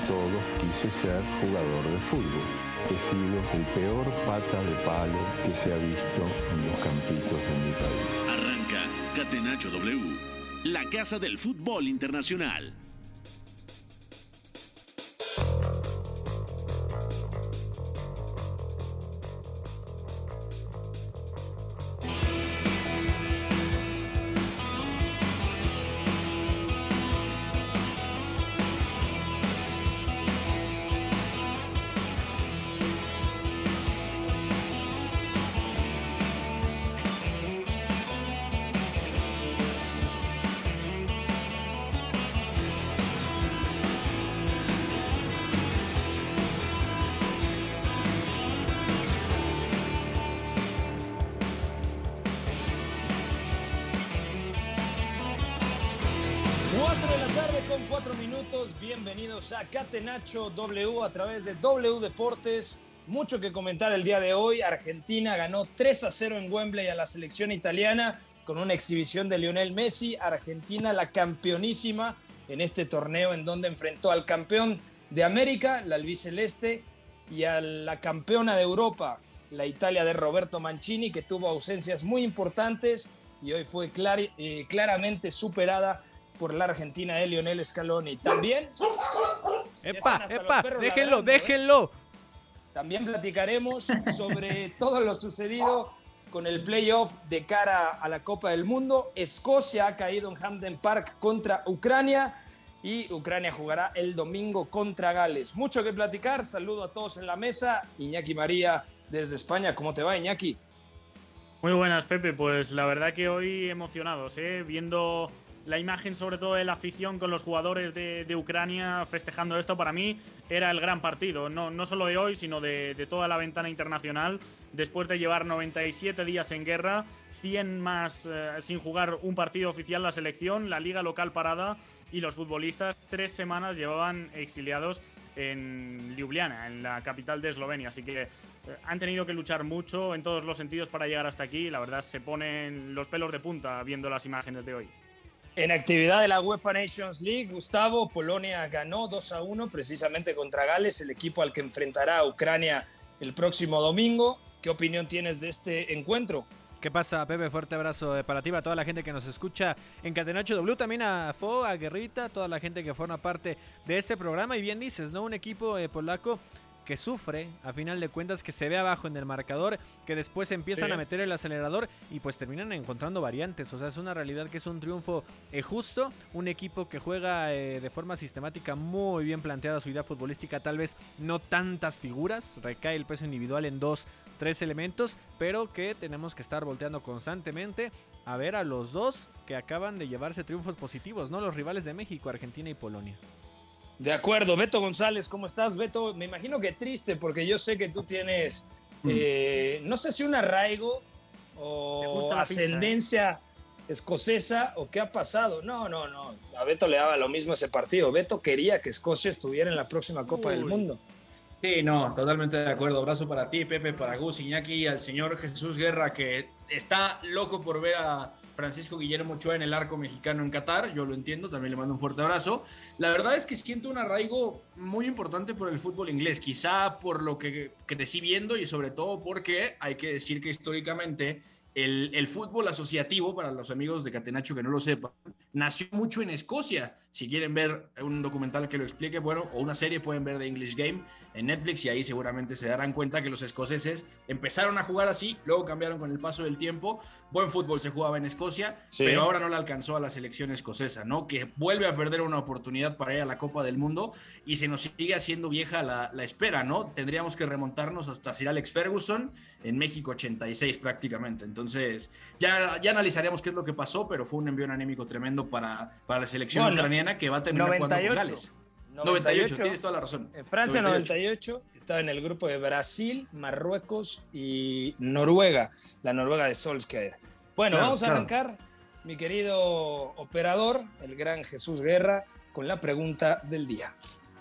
todos quise ser jugador de fútbol. He sido el peor pata de palo que se ha visto en los campitos de mi país. Arranca Catenacho W, la casa del fútbol internacional. Con 4 minutos, bienvenidos a Catenacho W a través de W Deportes. Mucho que comentar el día de hoy. Argentina ganó 3-0 en Wembley a la selección italiana con una exhibición de Lionel Messi. Argentina, la campeonísima en este torneo, en donde enfrentó al campeón de América, la albiceleste, y a la campeona de Europa, la Italia de Roberto Mancini, que tuvo ausencias muy importantes y hoy fue claramente superada por la Argentina de Lionel Scaloni. También... ¡Epa! ¡Déjenlo! También platicaremos sobre todo lo sucedido con el playoff de cara a la Copa del Mundo. Escocia ha caído en Hampden Park contra Ucrania y Ucrania jugará el domingo contra Gales. Mucho que platicar. Saludo a todos en la mesa. Iñaki María desde España. ¿Cómo te va, Iñaki? Muy buenas, Pepe. Pues la verdad que hoy emocionados, viendo la imagen sobre todo de la afición con los jugadores de Ucrania festejando esto. Para mí era el gran partido, no solo de hoy, sino de toda la ventana internacional. Después de llevar 97 días en guerra, 100 más sin jugar un partido oficial la selección, la liga local parada y los futbolistas 3 semanas llevaban exiliados en Ljubljana, en la capital de Eslovenia. Así que han tenido que luchar mucho en todos los sentidos para llegar hasta aquí. La verdad se ponen los pelos de punta viendo las imágenes de hoy. En actividad de la UEFA Nations League, Gustavo, Polonia ganó 2-1 precisamente contra Gales, el equipo al que enfrentará a Ucrania el próximo domingo. ¿Qué opinión tienes de este encuentro? ¿Qué pasa, Pepe? Fuerte abrazo para ti, a toda la gente que nos escucha en Catenacho W, también a Fo, a Guerrita, toda la gente que forma parte de este programa. Y bien dices, ¿no? Un equipo polaco que sufre, a final de cuentas, que se ve abajo en el marcador, que después empiezan a meter el acelerador y pues terminan encontrando variantes. O sea, es una realidad que es un triunfo justo, un equipo que juega de forma sistemática, muy bien planteada su idea futbolística, tal vez no tantas figuras, recae el peso individual en 2-3 elementos, pero que tenemos que estar volteando constantemente a ver a los dos que acaban de llevarse triunfos positivos, ¿no? Los rivales de México, Argentina y Polonia. De acuerdo. Beto González, ¿cómo estás? Beto, me imagino que triste porque yo sé que tú tienes, no sé si un arraigo o ascendencia escocesa o qué ha pasado. No. A Beto le daba lo mismo ese partido. Beto quería que Escocia estuviera en la próxima Copa del Mundo. Sí, no, totalmente de acuerdo. Abrazo para ti, Pepe, para Gus, Iñaki, al señor Jesús Guerra, que está loco por ver a Francisco Guillermo Ochoa en el arco mexicano en Qatar. Yo lo entiendo, también le mando un fuerte abrazo. La verdad es que siento un arraigo muy importante por el fútbol inglés, quizá por lo que crecí viendo y sobre todo porque hay que decir que históricamente el fútbol asociativo, para los amigos de Catenacho que no lo sepan, nació mucho en Escocia. Si quieren ver un documental que lo explique, bueno, o una serie, pueden ver The English Game en Netflix y ahí seguramente se darán cuenta que los escoceses empezaron a jugar así, luego cambiaron con el paso del tiempo. Buen fútbol se jugaba en Escocia, pero ahora no le alcanzó a la selección escocesa, ¿no? Que vuelve a perder una oportunidad para ir a la Copa del Mundo y se nos sigue haciendo vieja la espera, ¿no? Tendríamos que remontarnos hasta Sir Alex Ferguson en México 86 prácticamente. Entonces, ya analizaremos qué es lo que pasó, pero fue un envío anímico tremendo para la selección ucraniana, que va a terminar jugando con Gales. 98, tienes toda la razón. Francia 98, estaba en el grupo de Brasil, Marruecos y Noruega, la Noruega de Solskjaer. Bueno, vamos a arrancar, mi querido operador, el gran Jesús Guerra, con la pregunta del día.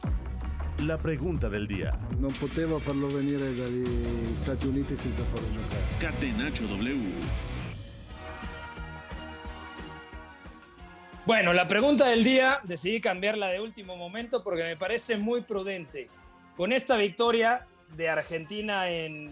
La pregunta del día. Non potevo farlo venire dagli Stati Uniti senza farlo giocare. Catenacho W. Bueno, la pregunta del día decidí cambiarla de último momento porque me parece muy prudente. Con esta victoria de Argentina en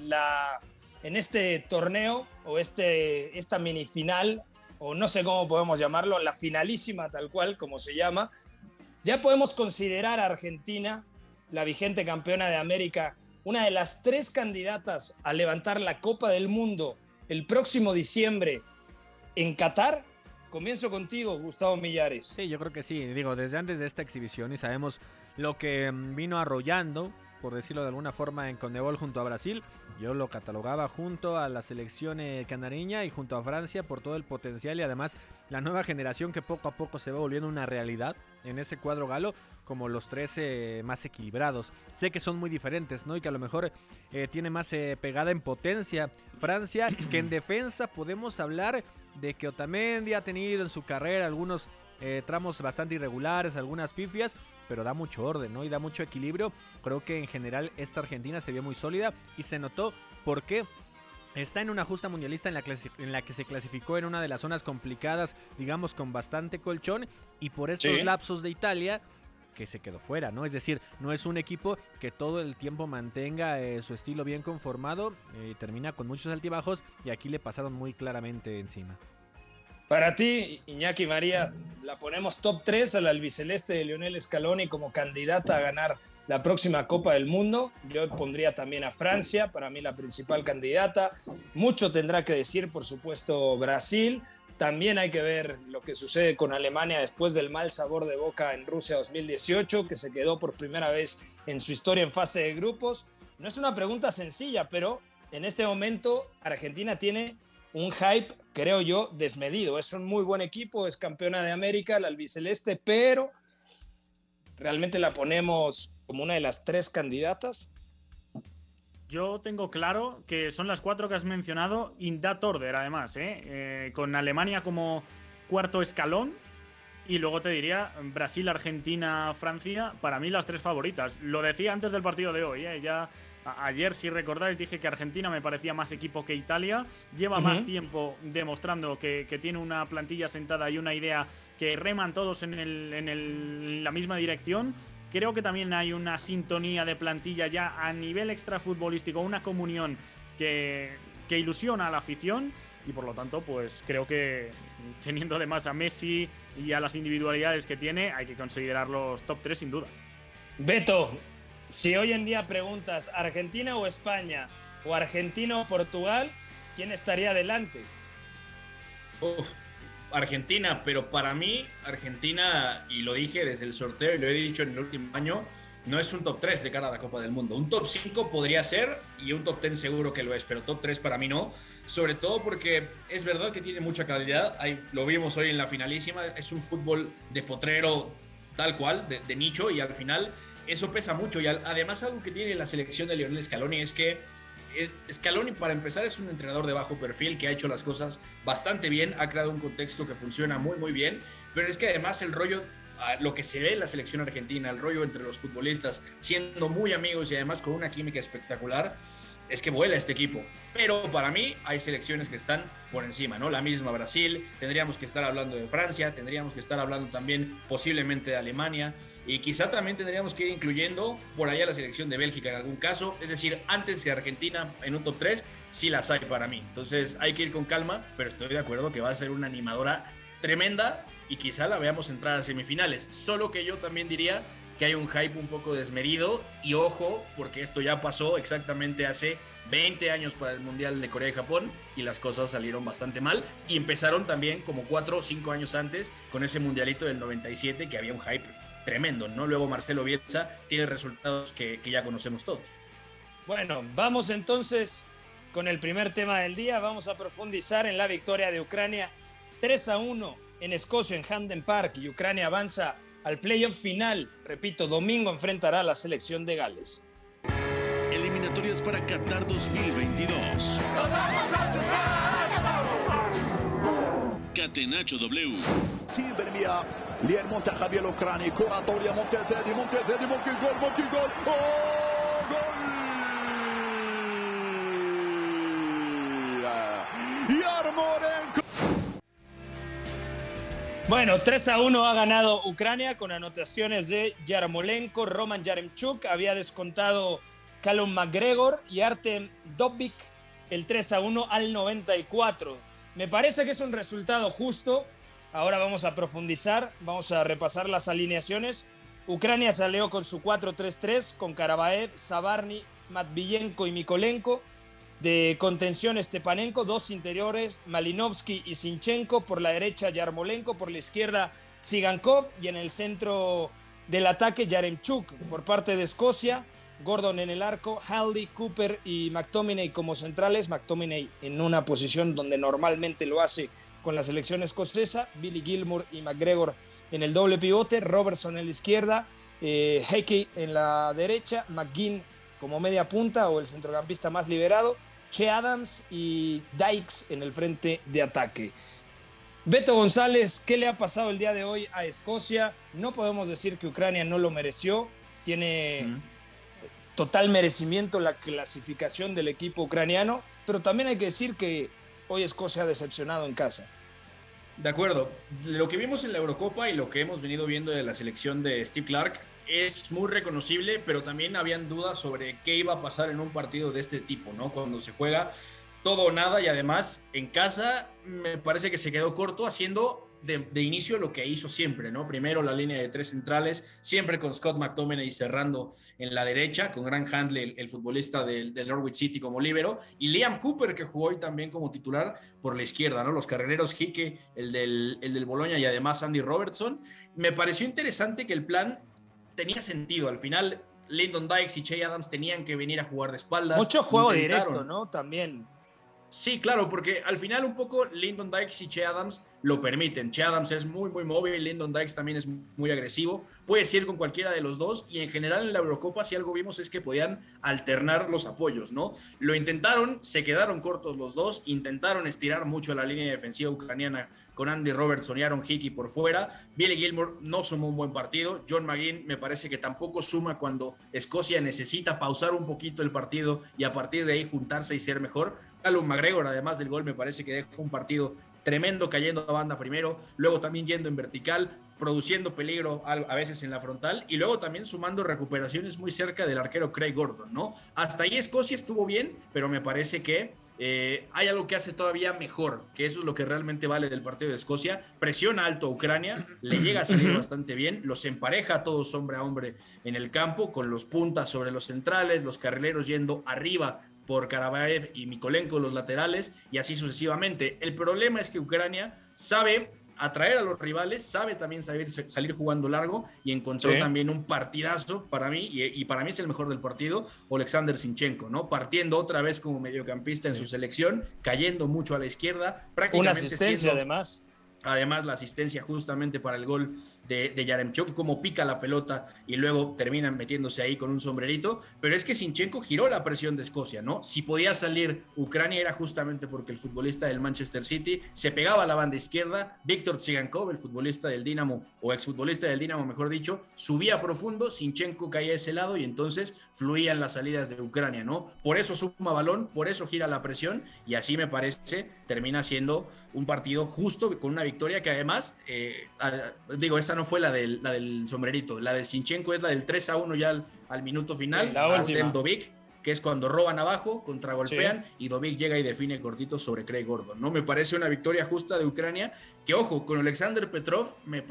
este torneo o esta minifinal, o no sé cómo podemos llamarlo, la finalísima tal cual como se llama, ya podemos considerar a Argentina, la vigente campeona de América, una de las 3 candidatas a levantar la Copa del Mundo el próximo diciembre en Qatar. Comienzo contigo, Gustavo Millares. Sí, yo creo que sí. Digo, desde antes de esta exhibición y sabemos lo que vino arrollando, por decirlo de alguna forma, en Conmebol junto a Brasil. Yo lo catalogaba junto a la selección canareña y junto a Francia por todo el potencial y además la nueva generación que poco a poco se va volviendo una realidad en ese cuadro galo, como los 13 más equilibrados. Sé que son muy diferentes, ¿no? Y que a lo mejor tiene más pegada en potencia Francia, que en defensa podemos hablar de que Otamendi ha tenido en su carrera algunos tramos bastante irregulares, algunas pifias, pero da mucho orden, ¿no? Y da mucho equilibrio. Creo que en general esta Argentina se vio muy sólida y se notó porque está en una justa mundialista en la que se clasificó en una de las zonas complicadas, digamos con bastante colchón, y por estos lapsos de Italia que se quedó fuera, ¿no? Es decir, no es un equipo que todo el tiempo mantenga su estilo bien conformado, termina con muchos altibajos y aquí le pasaron muy claramente encima. Para ti, Iñaki María, la ponemos top 3 a la albiceleste de Lionel Scaloni como candidata a ganar la próxima Copa del Mundo. Yo pondría también a Francia, para mí la principal candidata. Mucho tendrá que decir, por supuesto, Brasil. También hay que ver lo que sucede con Alemania después del mal sabor de boca en Rusia 2018, que se quedó por primera vez en su historia en fase de grupos. No es una pregunta sencilla, pero en este momento Argentina tiene un hype, creo yo, desmedido. Es un muy buen equipo, es campeona de América, la albiceleste, pero ¿realmente la ponemos como una de las 3 candidatas? Yo tengo claro que son las 4 que has mencionado, in that order, además, con Alemania como cuarto escalón. Y luego te diría Brasil, Argentina, Francia, para mí las 3 favoritas. Lo decía antes del partido de hoy, ya ayer, si recordáis, dije que Argentina me parecía más equipo que Italia. Lleva más tiempo demostrando que tiene una plantilla sentada y una idea que reman todos en la misma dirección. Creo que también hay una sintonía de plantilla ya a nivel extrafutbolístico, una comunión que ilusiona a la afición. Y por lo tanto, pues creo que teniendo además a Messi y a las individualidades que tiene, hay que considerar los top 3 sin duda. Beto, si hoy en día preguntas Argentina o España o Argentina o Portugal, ¿quién estaría adelante? Argentina, pero para mí Argentina, y lo dije desde el sorteo y lo he dicho en el último año, no es un top 3 de cara a la Copa del Mundo. Un top 5 podría ser y un top 10 seguro que lo es, pero top 3 para mí no. Sobre todo porque es verdad que tiene mucha calidad. Lo vimos hoy en la finalísima. Es un fútbol de potrero tal cual, de nicho, y al final eso pesa mucho. Y además algo que tiene la selección de Lionel Scaloni es que Scaloni, para empezar, es un entrenador de bajo perfil que ha hecho las cosas bastante bien, ha creado un contexto que funciona muy muy bien, pero es que además el rollo, lo que se ve en la selección argentina, el rollo entre los futbolistas siendo muy amigos y además con una química espectacular, es que vuela este equipo. Pero para mí hay selecciones que están por encima, ¿no? La misma Brasil, tendríamos que estar hablando de Francia, tendríamos que estar hablando también posiblemente de Alemania, y quizá también tendríamos que ir incluyendo por allá la selección de Bélgica en algún caso. Es decir, antes de Argentina en un top 3 sí las hay para mí. Entonces hay que ir con calma, pero estoy de acuerdo que va a ser una animadora tremenda y quizá la veamos entrar a semifinales. Solo que yo también diría que hay un hype un poco desmedido, y ojo, porque esto ya pasó exactamente hace 20 años para el Mundial de Corea y Japón, y las cosas salieron bastante mal, y empezaron también como 4 o 5 años antes con ese Mundialito del 97, que había un hype tremendo, ¿no? Luego Marcelo Bielsa tiene resultados que ya conocemos todos. Bueno, vamos entonces con el primer tema del día. Vamos a profundizar en la victoria de Ucrania 3-1 en Escocia, en Hampden Park, y Ucrania avanza al playoff final. Repito, domingo enfrentará a la selección de Gales. Eliminatorias para Qatar 2022. Catenaccio W. بالمئة للمنتخب الأوكراني. كرة طولية ممتازة ممكن جول يارمولينكو. Bueno, 3-1 ha ganado Ucrania con anotaciones de Yarmolenko, Roman Yaremchuk, había descontado Callum McGregor y Artem Dovbyk el 3-1 al 94. Me parece que es un resultado justo. Ahora vamos a profundizar, vamos a repasar las alineaciones. Ucrania salió con su 4-3-3 con Karabaev, Zabarny, Matviyenko y Mikolenko. De contención Stepanenko, dos interiores, Malinovsky y Zinchenko, por la derecha Yarmolenko, por la izquierda Tsigankov y en el centro del ataque Yaremchuk. Por parte de Escocia, Gordon en el arco, Haldy, Cooper y McTominay como centrales, McTominay en una posición donde normalmente lo hace con la selección escocesa, Billy Gilmour y McGregor en el doble pivote, Robertson en la izquierda, Hickey en la derecha, McGinn como media punta o el centrocampista más liberado, Che Adams y Dykes en el frente de ataque. Beto González, ¿qué le ha pasado el día de hoy a Escocia? No podemos decir que Ucrania no lo mereció, tiene total merecimiento la clasificación del equipo ucraniano, pero también hay que decir que hoy Escocia ha decepcionado en casa. De acuerdo, lo que vimos en la Eurocopa y lo que hemos venido viendo de la selección de Steve Clarke es muy reconocible, pero también habían dudas sobre qué iba a pasar en un partido de este tipo, ¿no? Cuando se juega todo o nada y además en casa me parece que se quedó corto haciendo de inicio lo que hizo siempre, ¿no? Primero la línea de tres centrales, siempre con Scott McTominay cerrando en la derecha, con Grant Handley, el futbolista del Norwich City como líbero, y Liam Cooper, que jugó hoy también como titular por la izquierda, ¿no? Los carrileros Hickey, el del Bologna y además Andy Robertson. Me pareció interesante que el plan tenía sentido. Al final, Lyndon Dykes y Che Adams tenían que venir a jugar de espaldas. Mucho juego directo, ¿no? También. Sí, claro, porque al final un poco Lyndon Dykes y Che Adams lo permiten. Che Adams es muy, muy móvil, Lyndon Dykes también es muy agresivo. Puedes ir con cualquiera de los dos y en general en la Eurocopa si algo vimos es que podían alternar los apoyos, ¿no? Lo intentaron, se quedaron cortos los dos, intentaron estirar mucho la línea defensiva ucraniana con Andy Robertson y Aaron Hickey por fuera. Billy Gilmour no sumó un buen partido. John McGinn me parece que tampoco suma cuando Escocia necesita pausar un poquito el partido y a partir de ahí juntarse y ser mejor. Callum McGregor, además del gol, me parece que dejó un partido tremendo cayendo a banda primero, luego también yendo en vertical, produciendo peligro a veces en la frontal y luego también sumando recuperaciones muy cerca del arquero Craig Gordon, ¿no? Hasta ahí Escocia estuvo bien, pero me parece que hay algo que hace todavía mejor, que eso es lo que realmente vale del partido de Escocia. Presiona alto a Ucrania, le llega a salir bastante bien, los empareja a todos hombre a hombre en el campo, con los puntas sobre los centrales, los carrileros yendo arriba por Karabaev y Mikolenko los laterales y así sucesivamente. El problema es que Ucrania sabe atraer a los rivales, sabe también salir jugando largo y encontró también un partidazo para mí y para mí es el mejor del partido, Oleksandr Zinchenko, ¿no? Partiendo otra vez como mediocampista en su selección, cayendo mucho a la izquierda, prácticamente una asistencia además. Además, la asistencia justamente para el gol de Yaremchuk, como pica la pelota y luego terminan metiéndose ahí con un sombrerito. Pero es que Zinchenko giró la presión de Escocia, ¿no? Si podía salir Ucrania era justamente porque el futbolista del Manchester City se pegaba a la banda izquierda. Víctor Tsigankov, el futbolista del Dinamo, o exfutbolista del Dinamo, mejor dicho, subía profundo, Zinchenko caía a ese lado y entonces fluían las salidas de Ucrania, ¿no? Por eso suma balón, por eso gira la presión y así me parece termina siendo un partido justo con una victoria que además, esa no fue la del sombrerito, la de Zinchenko es la del 3-1 ya al minuto final, Artem Dovbyk, que es cuando roban abajo, contragolpean y Dovbyk llega y define cortito sobre Craig Gordon, ¿no? Me parece una victoria justa de Ucrania, que ojo, con Alexander Petrakov,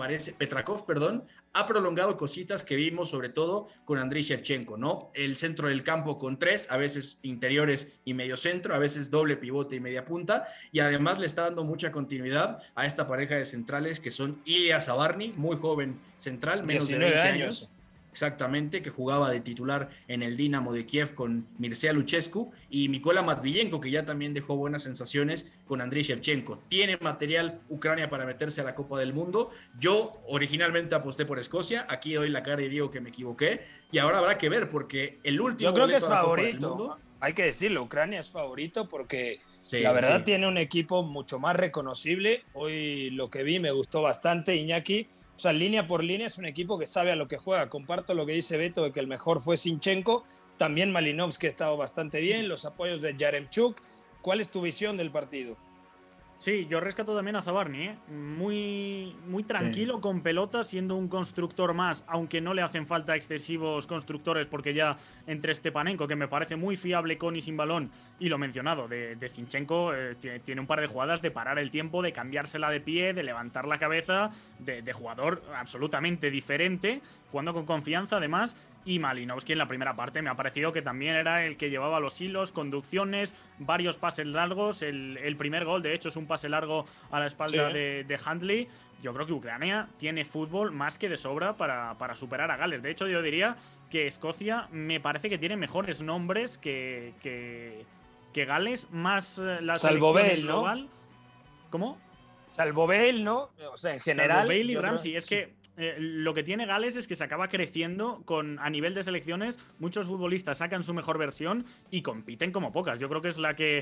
ha prolongado cositas que vimos sobre todo con Andriy Shevchenko, ¿no? El centro del campo con tres, a veces interiores y medio centro, a veces doble pivote y media punta, y además le está dando mucha continuidad a esta pareja de centrales que son Ilya Zabarny, muy joven central, menos de 20 años. Exactamente, que jugaba de titular en el Dinamo de Kiev con Mircea Luchescu, y Mikola Matviyenko, que ya también dejó buenas sensaciones con Andriy Shevchenko. Tiene material Ucrania para meterse a la Copa del Mundo. Yo originalmente aposté por Escocia, aquí doy la cara y digo que me equivoqué, y ahora habrá que ver, porque el último... Yo creo que es favorito, hay que decirlo, Ucrania es favorito porque... Sí, la verdad tiene un equipo mucho más reconocible. Hoy lo que vi me gustó bastante, Iñaki. O sea, línea por línea es un equipo que sabe a lo que juega. Comparto lo que dice Beto de que el mejor fue Zinchenko. También Malinovsky ha estado bastante bien. Los apoyos de Yaremchuk. ¿Cuál es tu visión del partido? Sí, yo rescato también a Zabarni, muy tranquilo con pelota, siendo un constructor más, aunque no le hacen falta excesivos constructores, porque ya entre Stepanenko, que me parece muy fiable con y sin balón, y lo mencionado, de Zinchenko, tiene un par de jugadas de parar el tiempo, de cambiársela de pie, de levantar la cabeza, de jugador absolutamente diferente, jugando con confianza además. Y Malinovskyi en la primera parte me ha parecido que también era el que llevaba los hilos, conducciones, varios pases largos. El primer gol, de hecho, es un pase largo a la espalda de Handley. Yo creo que Ucrania tiene fútbol más que de sobra para superar a Gales. De hecho, yo diría que Escocia me parece que tiene mejores nombres que Gales, más la Salvo Bale, global. ¿no? ¿Cómo? Salvo Bale, ¿no? O sea, en general. Salvo Bale y Ramsey. Es que lo que tiene Gales es que se acaba creciendo a nivel de selecciones. Muchos futbolistas sacan su mejor versión y compiten como pocas. Yo creo que es la que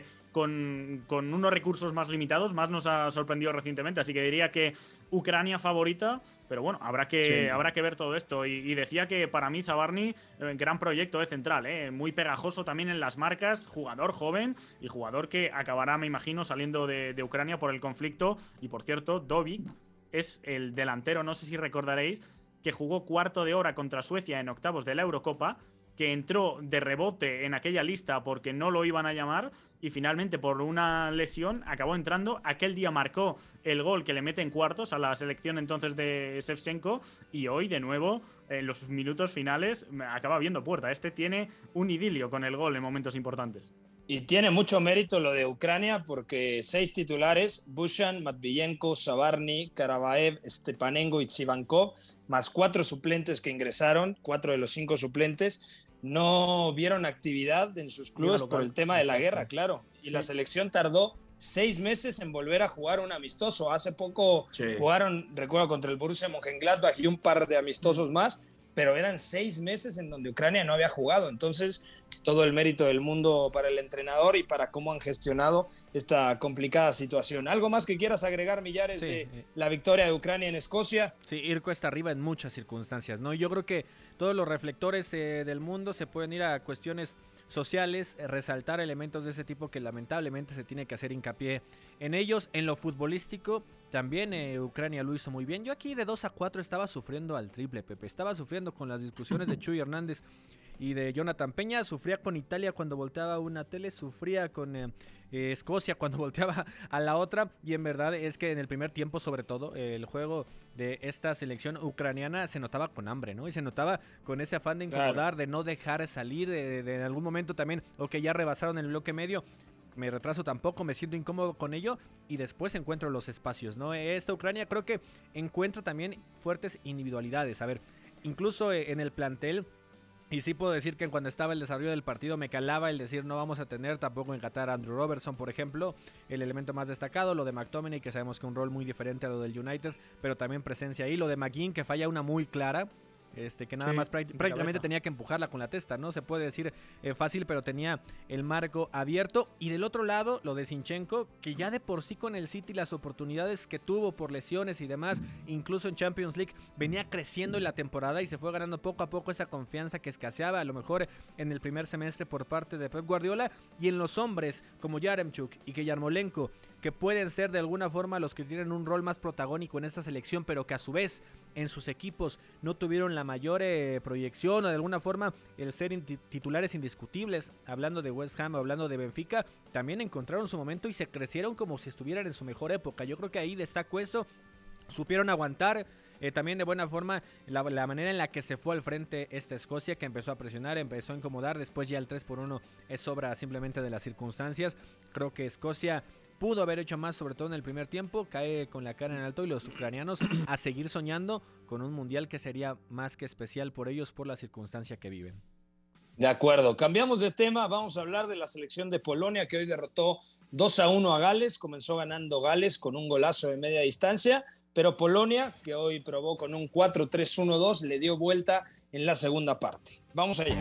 con unos recursos más limitados más nos ha sorprendido recientemente. Así que diría que Ucrania favorita, pero bueno, habrá que ver todo esto. Y decía que para mí Zabarni, gran proyecto de central, muy pegajoso también en las marcas, jugador joven y jugador que acabará, me imagino, saliendo de Ucrania por el conflicto. Y por cierto, Dovic es el delantero, no sé si recordaréis, que jugó cuarto de hora contra Suecia en octavos de la Eurocopa, que entró de rebote en aquella lista porque no lo iban a llamar y finalmente por una lesión acabó entrando. Aquel día marcó el gol que le mete en cuartos a la selección entonces de Shevchenko y hoy de nuevo en los minutos finales acaba viendo puerta. Este tiene un idilio con el gol en momentos importantes. Y tiene mucho mérito lo de Ucrania porque 6 titulares, Bushan, Matviyenko, Zabarni, Karavaev, Stepanenko y Chivankov, más 4 suplentes que ingresaron, 4 de los 5 suplentes, no vieron actividad en sus clubes por el tema de la guerra, claro. Y la selección tardó 6 meses en volver a jugar un amistoso. Hace poco jugaron, recuerdo, contra el Borussia Mönchengladbach y un par de amistosos más, pero eran 6 meses en donde Ucrania no había jugado. Entonces, todo el mérito del mundo para el entrenador y para cómo han gestionado esta complicada situación. ¿Algo más que quieras agregar, Millares, de la victoria de Ucrania en Escocia? Sí, ir cuesta arriba en muchas circunstancias, ¿no? Yo creo que todos los reflectores del mundo se pueden ir a cuestiones sociales, resaltar elementos de ese tipo que lamentablemente se tiene que hacer hincapié en ellos. En lo futbolístico también Ucrania lo hizo muy bien. Yo aquí de 2-4 estaba sufriendo al triple, Pepe. Estaba sufriendo con las discusiones de Chuy Hernández y de Jonathan Peña. Sufría con Italia cuando volteaba una tele, sufría con Escocia cuando volteaba a la otra. Y en verdad es que en el primer tiempo, sobre todo, el juego de esta selección ucraniana se notaba con hambre, ¿no? Y se notaba con ese afán de incomodar, de no dejar salir, de en algún momento también, ya rebasaron el bloque medio. Me retraso tampoco, me siento incómodo con ello y después encuentro los espacios, ¿no? Esta Ucrania creo que encuentra también fuertes individualidades. A ver, incluso en el plantel, y sí puedo decir que cuando estaba el desarrollo del partido me calaba el decir no vamos a tener tampoco en Qatar a Andrew Robertson, por ejemplo, el elemento más destacado, lo de McTominay, que sabemos que un rol muy diferente a lo del United, pero también presencia ahí, lo de McGinn, que falla una muy clara, que nada más prácticamente tenía que empujarla con la testa, ¿no? Se puede decir fácil, pero tenía el marco abierto. Y del otro lado, lo de Zinchenko, que ya de por sí con el City las oportunidades que tuvo por lesiones y demás, incluso en Champions League, venía creciendo en la temporada y se fue ganando poco a poco esa confianza que escaseaba a lo mejor en el primer semestre por parte de Pep Guardiola. Y en los hombres como Yaremchuk y Yarmolenko, que pueden ser de alguna forma los que tienen un rol más protagónico en esta selección, pero que a su vez en sus equipos no tuvieron la mayor proyección o de alguna forma el ser titulares indiscutibles, hablando de West Ham o hablando de Benfica, también encontraron su momento y se crecieron como si estuvieran en su mejor época. Yo creo que ahí destaco eso, supieron aguantar también de buena forma la manera en la que se fue al frente esta Escocia, que empezó a presionar, empezó a incomodar, después ya el 3-1 es obra simplemente de las circunstancias. Creo que Escocia pudo haber hecho más, sobre todo en el primer tiempo, cae con la cara en alto y los ucranianos a seguir soñando con un mundial que sería más que especial por ellos por la circunstancia que viven. De acuerdo, cambiamos de tema, vamos a hablar de la selección de Polonia que hoy derrotó 2-1 a Gales, comenzó ganando Gales con un golazo de media distancia, pero Polonia, que hoy probó con un 4-3-1-2, le dio vuelta en la segunda parte. Vamos allá.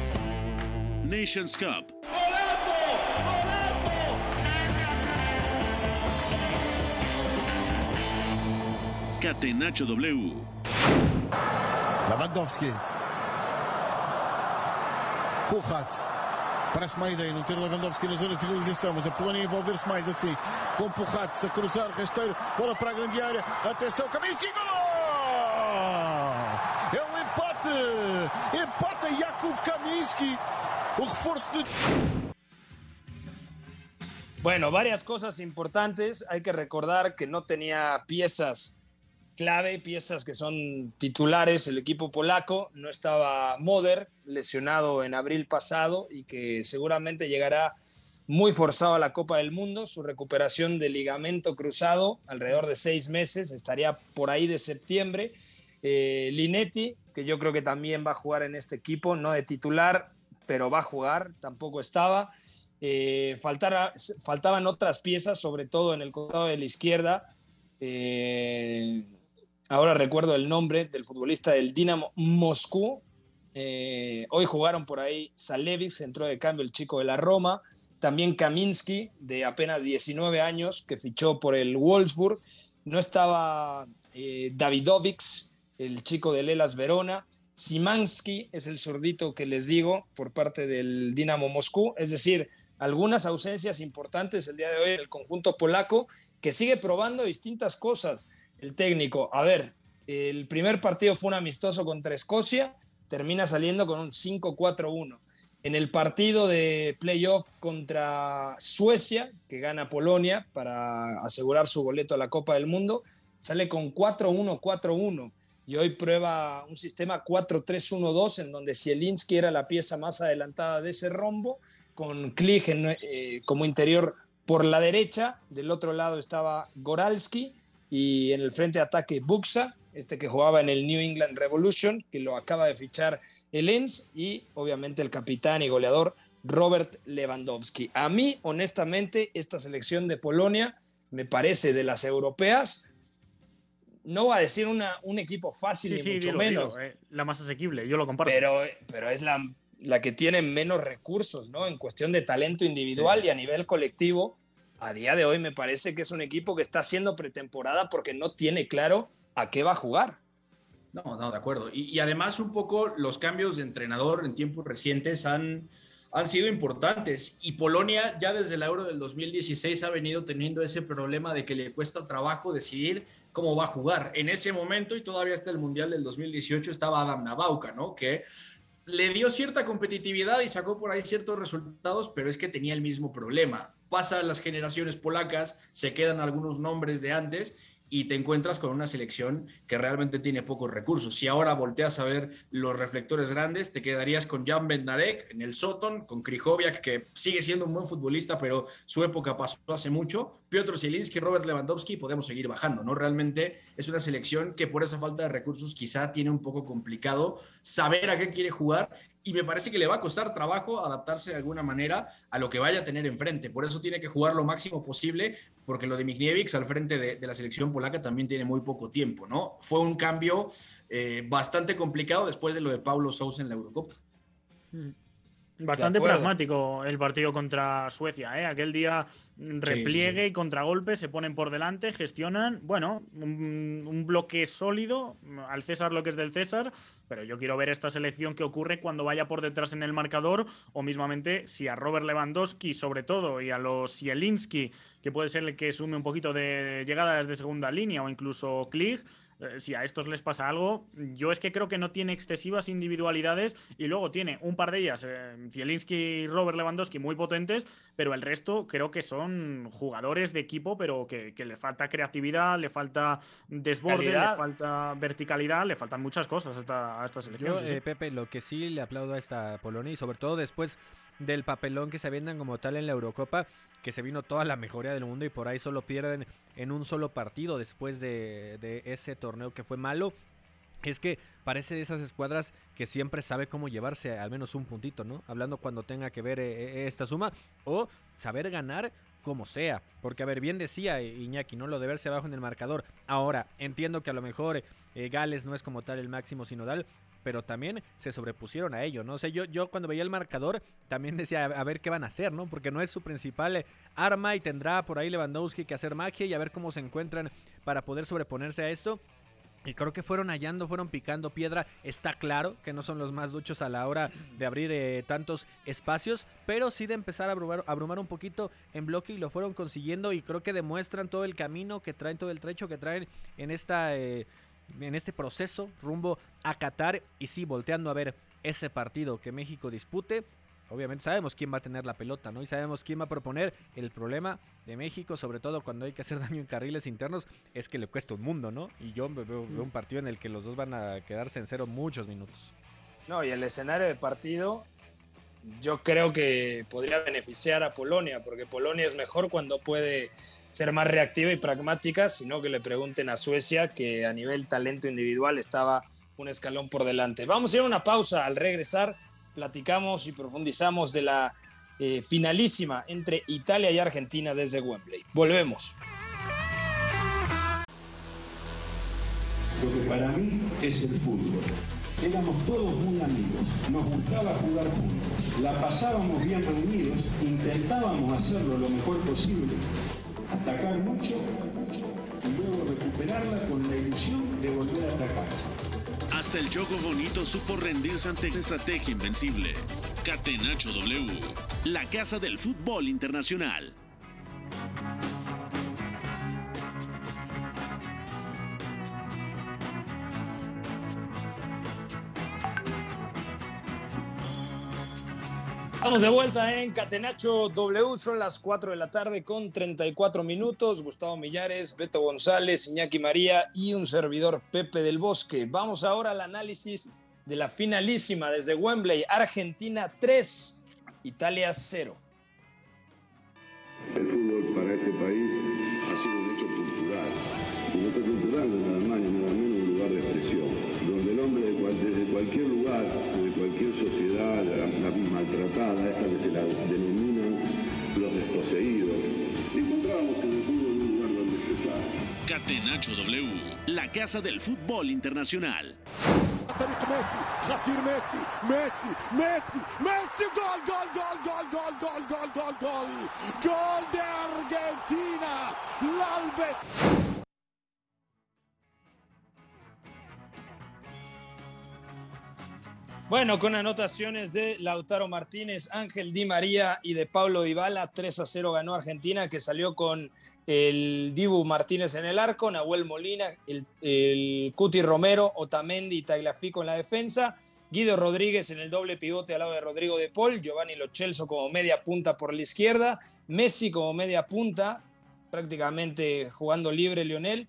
Nations Cup. Catenaccio W. Lewandowski. Puchat. Parece uma ideia não ter Lewandowski na zona de finalização, mas a Polónia envolver-se mais assim, com Porrates a cruzar, rasteiro, bola para a grande área, atenção, Kaminski, gol! É um empata Jakub Kaminski, o reforço de... Bueno, varias cosas importantes. Hay que recordar que no tenía piezas clave, piezas que son titulares el equipo polaco. No estaba Moder, lesionado en abril pasado y que seguramente llegará muy forzado a la Copa del Mundo. Su recuperación de ligamento cruzado, alrededor de 6 meses, estaría por ahí de septiembre. Linetti, que yo creo que también va a jugar en este equipo, no de titular, pero va a jugar, tampoco estaba. Faltaban otras piezas, sobre todo en el costado de la izquierda. Ahora recuerdo el nombre del futbolista del Dinamo Moscú. Hoy jugaron por ahí Salevic, entró de cambio el chico de la Roma. También Kaminski, de apenas 19 años, que fichó por el Wolfsburg. No estaba Davidovic, el chico del Hellas Verona. Szymański es el zurdito que les digo por parte del Dinamo Moscú. Es decir, algunas ausencias importantes el día de hoy en el conjunto polaco, que sigue probando distintas cosas el técnico. A ver, el primer partido fue un amistoso contra Escocia, termina saliendo con un 5-4-1. En el partido de playoff contra Suecia, que gana Polonia para asegurar su boleto a la Copa del Mundo, sale con 4-1-4-1. Y hoy prueba un sistema 4-3-1-2, en donde Zielinski era la pieza más adelantada de ese rombo, con Klich como interior por la derecha. Del otro lado estaba Goralski y en el frente de ataque Buxa, que jugaba en el New England Revolution, que lo acaba de fichar el Lens, y obviamente el capitán y goleador Robert Lewandowski. A mí, honestamente, esta selección de Polonia me parece de las europeas, no va a decir un equipo fácil, ni mucho menos. La más asequible, yo lo comparto. Pero es la que tiene menos recursos, ¿no? En cuestión de talento individual y a nivel colectivo. A día de hoy me parece que es un equipo que está haciendo pretemporada porque no tiene claro a qué va a jugar. No, de acuerdo. Y además un poco los cambios de entrenador en tiempos recientes han sido importantes. Y Polonia ya desde el Euro del 2016 ha venido teniendo ese problema de que le cuesta trabajo decidir cómo va a jugar. En ese momento, y todavía hasta el Mundial del 2018, estaba Adam Nawałka, ¿no? Que le dio cierta competitividad y sacó por ahí ciertos resultados, pero es que tenía el mismo problema. Pasan las generaciones polacas, se quedan algunos nombres de antes y te encuentras con una selección que realmente tiene pocos recursos. Si ahora volteas a ver los reflectores grandes, te quedarías con Jan Bednarek en el Soton, con Krychowiak, que sigue siendo un buen futbolista, pero su época pasó hace mucho, Piotr Zielinski, Robert Lewandowski, y podemos seguir bajando, ¿no? Realmente es una selección que por esa falta de recursos quizá tiene un poco complicado saber a qué quiere jugar, y me parece que le va a costar trabajo adaptarse de alguna manera a lo que vaya a tener enfrente. Por eso tiene que jugar lo máximo posible, porque lo de Michniewicz al frente de la selección polaca también tiene muy poco tiempo, ¿no? Fue un cambio bastante complicado después de lo de Paulo Sousa en la Eurocopa. Bastante pragmático el partido contra Suecia, ¿eh? Aquel día repliegue y contragolpe, se ponen por delante, gestionan, bueno, un bloque sólido, al César lo que es del César, pero yo quiero ver esta selección que ocurre cuando vaya por detrás en el marcador, o mismamente si a Robert Lewandowski sobre todo y a los Zielinski, que puede ser el que sume un poquito de llegadas de segunda línea, o incluso Klich, si a estos les pasa algo, yo es que creo que no tiene excesivas individualidades y luego tiene un par de ellas, Zielinski y Robert Lewandowski, muy potentes, pero el resto creo que son jugadores de equipo, pero que le falta creatividad, le falta desborde, le falta verticalidad, le faltan muchas cosas a esta selección. Yo, Pepe, lo que sí le aplaudo a esta Polonia, y sobre todo después del papelón que se avientan como tal en la Eurocopa, que se vino toda la mejoría del mundo y por ahí solo pierden en un solo partido después de ese torneo que fue malo, es que parece de esas escuadras que siempre sabe cómo llevarse al menos un puntito, ¿no? Hablando cuando tenga que ver esta suma, o saber ganar como sea, porque a ver, bien decía Iñaki, ¿no? Lo de verse abajo en el marcador. Ahora, entiendo que a lo mejor Gales no es como tal el máximo sinodal, pero también se sobrepusieron a ello, ¿no? O sea, yo cuando veía el marcador también decía, a ver qué van a hacer, ¿no? Porque no es su principal arma y tendrá por ahí Lewandowski que hacer magia y a ver cómo se encuentran para poder sobreponerse a esto. Y creo que fueron hallando, fueron picando piedra. Está claro que no son los más duchos a la hora de abrir tantos espacios, pero sí de empezar a abrumar un poquito en bloque, y lo fueron consiguiendo, y creo que demuestran todo el camino que traen, todo el trecho que traen en este proceso rumbo a Qatar. Y sí, volteando a ver ese partido que México dispute, obviamente sabemos quién va a tener la pelota, ¿no? Y sabemos quién va a proponer. El problema de México, sobre todo cuando hay que hacer daño en carriles internos, es que le cuesta un mundo, ¿no? Y yo veo un partido en el que los dos van a quedarse en cero muchos minutos. No, y el escenario de partido yo creo que podría beneficiar a Polonia, porque Polonia es mejor cuando puede ser más reactiva y pragmática, sino que le pregunten a Suecia, que a nivel talento individual estaba un escalón por delante. Vamos a ir a una pausa. Al regresar platicamos y profundizamos de la finalísima entre Italia y Argentina desde Wembley. Volvemos. Lo que para mí es el fútbol. Éramos todos muy amigos, nos gustaba jugar juntos, la pasábamos bien reunidos, intentábamos hacerlo lo mejor posible, atacar mucho y luego recuperarla con la ilusión de volver a atacar. Hasta el Yogo Bonito supo rendirse ante una estrategia invencible. Catenacho W, la casa del fútbol internacional. Estamos de vuelta en Catenacho W, son las 4 de la tarde con 34 minutos. Gustavo Millares, Beto González, Iñaki María y un servidor, Pepe del Bosque. Vamos ahora al análisis de la finalísima desde Wembley. Argentina 3, Italia 0. El fútbol para este país ha sido un hecho cultural. Y no está cultural nada más ni nada menos un lugar de expresión, donde el hombre desde cualquier lugar, de cualquier sociedad, la maltratada, esta que se la denominan los desposeídos, encontramos en el fútbol un lugar donde expresar. Catenacho W, la casa del fútbol internacional. Messi, gol de Argentina, l'Alves. Bueno, con anotaciones de Lautaro Martínez, Ángel Di María y de Paulo Dybala, 3-0 ganó Argentina, que salió con el Dibu Martínez en el arco, Nahuel Molina, el Cuti Romero, Otamendi y Tagliafico en la defensa, Guido Rodríguez en el doble pivote al lado de Rodrigo de Paul, Giovanni Lo Celso como media punta por la izquierda, Messi como media punta, prácticamente jugando libre Lionel,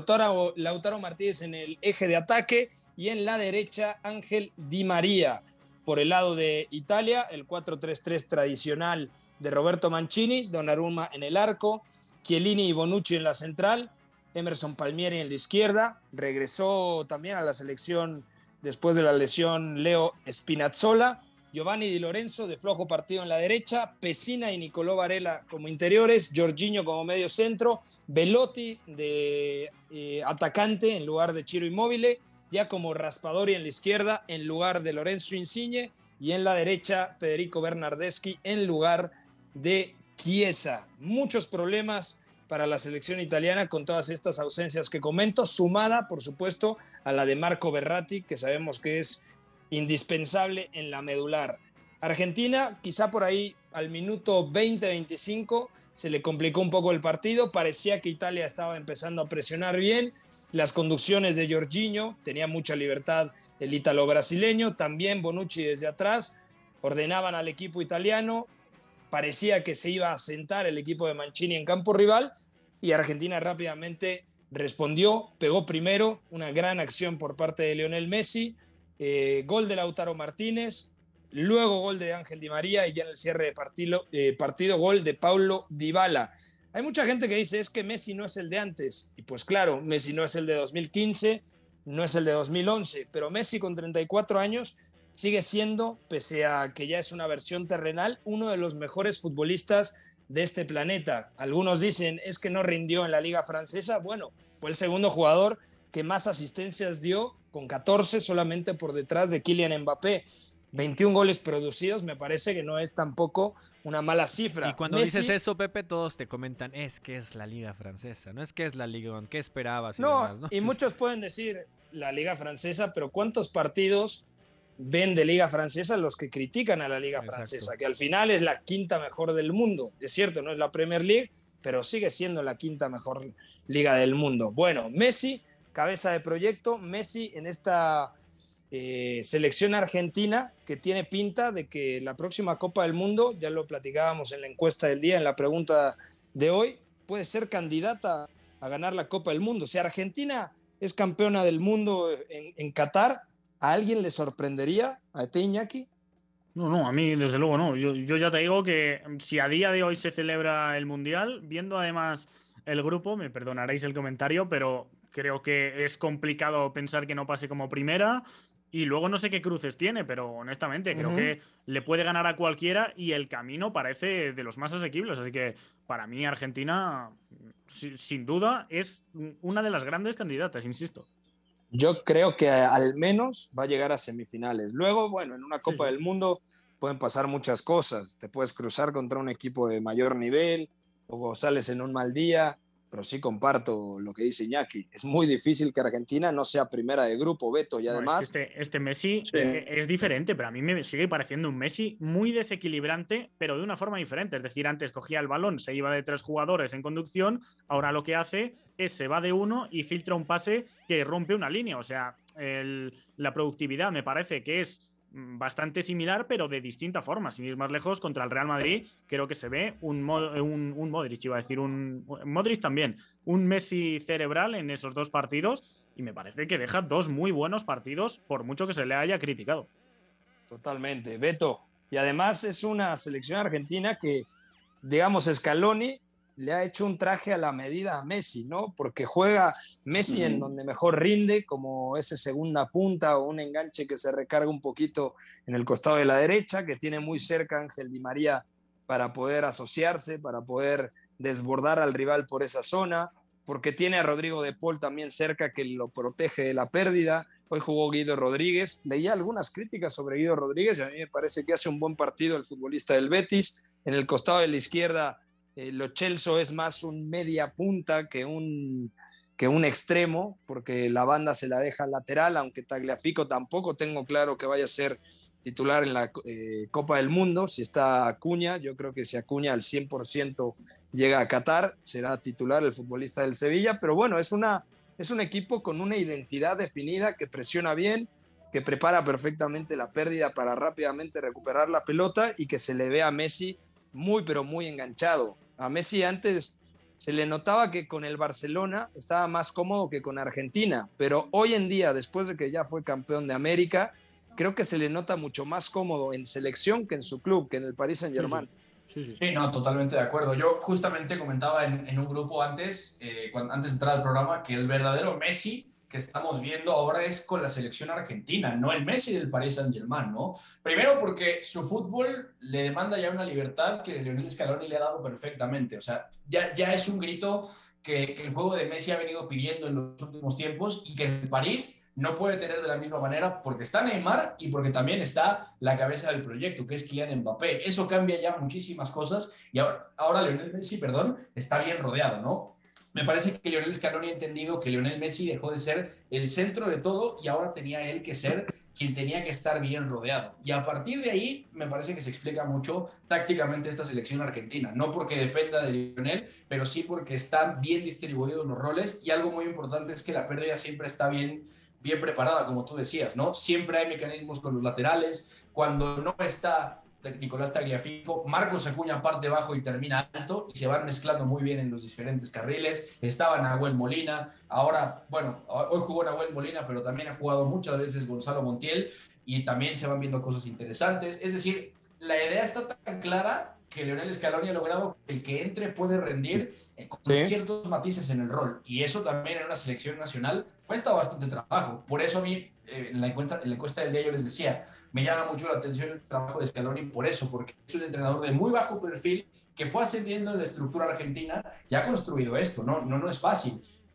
Lautaro Martínez en el eje de ataque y en la derecha Ángel Di María. Por el lado de Italia, el 4-3-3 tradicional de Roberto Mancini, Donnarumma en el arco, Chiellini y Bonucci en la central, Emerson Palmieri en la izquierda. Regresó también a la selección después de la lesión Leo Spinazzola, Giovanni Di Lorenzo de flojo partido en la derecha, Pessina y Nicolò Varela como interiores, Jorginho como medio centro, Belotti de atacante en lugar de Ciro Immobile, ya como Raspadori en la izquierda en lugar de Lorenzo Insigne, y en la derecha Federico Bernardeschi en lugar de Chiesa. Muchos problemas para la selección italiana con todas estas ausencias que comento, sumada por supuesto a la de Marco Verratti, que sabemos que es indispensable en la medular. Argentina, quizá por ahí al minuto 20-25 se le complicó un poco el partido, parecía que Italia estaba empezando a presionar bien, las conducciones de Jorginho, tenía mucha libertad el ítalo-brasileño, también Bonucci desde atrás, ordenaban al equipo italiano, parecía que se iba a sentar el equipo de Mancini en campo rival, y Argentina rápidamente respondió, pegó primero, una gran acción por parte de Lionel Messi, gol de Lautaro Martínez, luego gol de Ángel Di María y ya en el cierre de partido gol de Paulo Dybala. Hay mucha gente que dice es que Messi no es el de antes, y pues claro, Messi no es el de 2015, no es el de 2011, pero Messi con 34 años sigue siendo, pese a que ya es una versión terrenal, uno de los mejores futbolistas de este planeta. Algunos dicen es que no rindió en la liga francesa. Bueno, fue el segundo jugador que más asistencias dio, con 14, solamente por detrás de Kylian Mbappé. 21 goles producidos, me parece que no es tampoco una mala cifra. Y cuando Messi, dices eso, Pepe, todos te comentan, es que es la Liga Francesa, no es que es la Ligue 1, ¿qué esperabas? Y no, demás, ¿no? y muchos pueden decir la Liga Francesa, pero ¿cuántos partidos ven de Liga Francesa los que critican a la Liga Exacto. Francesa? Que al final es la quinta mejor del mundo. Es cierto, no es la Premier League, pero sigue siendo la quinta mejor liga del mundo. Bueno, Messi, cabeza de proyecto, Messi en esta selección argentina que tiene pinta de que la próxima Copa del Mundo, ya lo platicábamos en la encuesta del día, en la pregunta de hoy, puede ser candidata a ganar la Copa del Mundo. Si Argentina es campeona del mundo en Qatar, ¿a alguien le sorprendería? ¿A ti, Iñaki? No, a mí desde luego no. Yo ya te digo que si a día de hoy se celebra el Mundial, viendo además el grupo, me perdonaréis el comentario, pero creo que es complicado pensar que no pase como primera. Y luego no sé qué cruces tiene, pero honestamente creo que le puede ganar a cualquiera y el camino parece de los más asequibles. Así que para mí Argentina, sin duda, es una de las grandes candidatas, insisto. Yo creo que al menos va a llegar a semifinales. Luego, bueno, en una Copa del Mundo pueden pasar muchas cosas. Te puedes cruzar contra un equipo de mayor nivel o sales en un mal día, pero sí comparto lo que dice Iñaki. Es muy difícil que Argentina no sea primera de grupo, Beto, y además... Es que este Messi es diferente, pero a mí me sigue pareciendo un Messi muy desequilibrante, pero de una forma diferente. Es decir, antes cogía el balón, se iba de 3 jugadores en conducción, ahora lo que hace es se va de uno y filtra un pase que rompe una línea. O sea, la productividad me parece que es bastante similar, pero de distinta forma. Sin ir más lejos, contra el Real Madrid creo que se ve un Modric, iba a decir, un Modric también, un Messi cerebral en esos 2 partidos, y me parece que deja 2 muy buenos partidos, por mucho que se le haya criticado. Totalmente, Beto. Y además es una selección argentina que, digamos, Scaloni le ha hecho un traje a la medida a Messi, ¿no? Porque juega Messi en donde mejor rinde, como ese segunda punta o un enganche que se recarga un poquito en el costado de la derecha, que tiene muy cerca a Ángel Di María para poder asociarse, para poder desbordar al rival por esa zona, porque tiene a Rodrigo de Paul también cerca que lo protege de la pérdida. Hoy jugó Guido Rodríguez. Leía algunas críticas sobre Guido Rodríguez y a mí me parece que hace un buen partido el futbolista del Betis. En el costado de la izquierda, Lo Celso es más un media punta que un extremo, porque la banda se la deja lateral, aunque Tagliafico tampoco tengo claro que vaya a ser titular en la Copa del Mundo. Si está Acuña, yo creo que si Acuña al 100% llega a Qatar, será titular el futbolista del Sevilla, pero bueno, es un equipo con una identidad definida, que presiona bien, que prepara perfectamente la pérdida para rápidamente recuperar la pelota y que se le ve a Messi muy, pero muy enganchado. A Messi antes se le notaba que con el Barcelona estaba más cómodo que con Argentina, pero hoy en día, después de que ya fue campeón de América, creo que se le nota mucho más cómodo en selección que en su club, que en el Paris Saint-Germain. Sí, no, totalmente de acuerdo. Yo justamente comentaba en un grupo antes de entrar al programa, que el verdadero Messi que estamos viendo ahora es con la selección argentina, no el Messi del Paris Saint-Germain, ¿no? Primero porque su fútbol le demanda ya una libertad que Lionel Scaloni le ha dado perfectamente. O sea, ya es un grito que el juego de Messi ha venido pidiendo en los últimos tiempos y que el París no puede tener de la misma manera, porque está Neymar y porque también está la cabeza del proyecto, que es Kylian Mbappé. Eso cambia ya muchísimas cosas y ahora Lionel Messi, está bien rodeado, ¿no? Me parece que Lionel Scaloni ha entendido que Lionel Messi dejó de ser el centro de todo y ahora tenía él que ser quien tenía que estar bien rodeado. Y a partir de ahí me parece que se explica mucho tácticamente esta selección argentina. No porque dependa de Lionel, pero sí porque están bien distribuidos los roles, y algo muy importante es que la pérdida siempre está bien preparada, como tú decías, ¿no? Siempre hay mecanismos con los laterales. Cuando no está Nicolás Tagliafico, Marcos Acuña parte bajo y termina alto, y se van mezclando muy bien en los diferentes carriles. Estaba Nahuel Molina, ahora, bueno, hoy jugó Nahuel Molina, pero también ha jugado muchas veces Gonzalo Montiel, y también se van viendo cosas interesantes. Es decir, la idea está tan clara que Lionel Scaloni ha logrado que el que entre puede rendir con ciertos matices en el rol, y eso también en una selección nacional cuesta bastante trabajo. Por eso a mí, en la encuesta del día yo les decía, me llama mucho la atención el trabajo de Scaloni, porque es un entrenador de muy bajo perfil que fue ascendiendo en la estructura argentina y ha construido esto, no es fácil.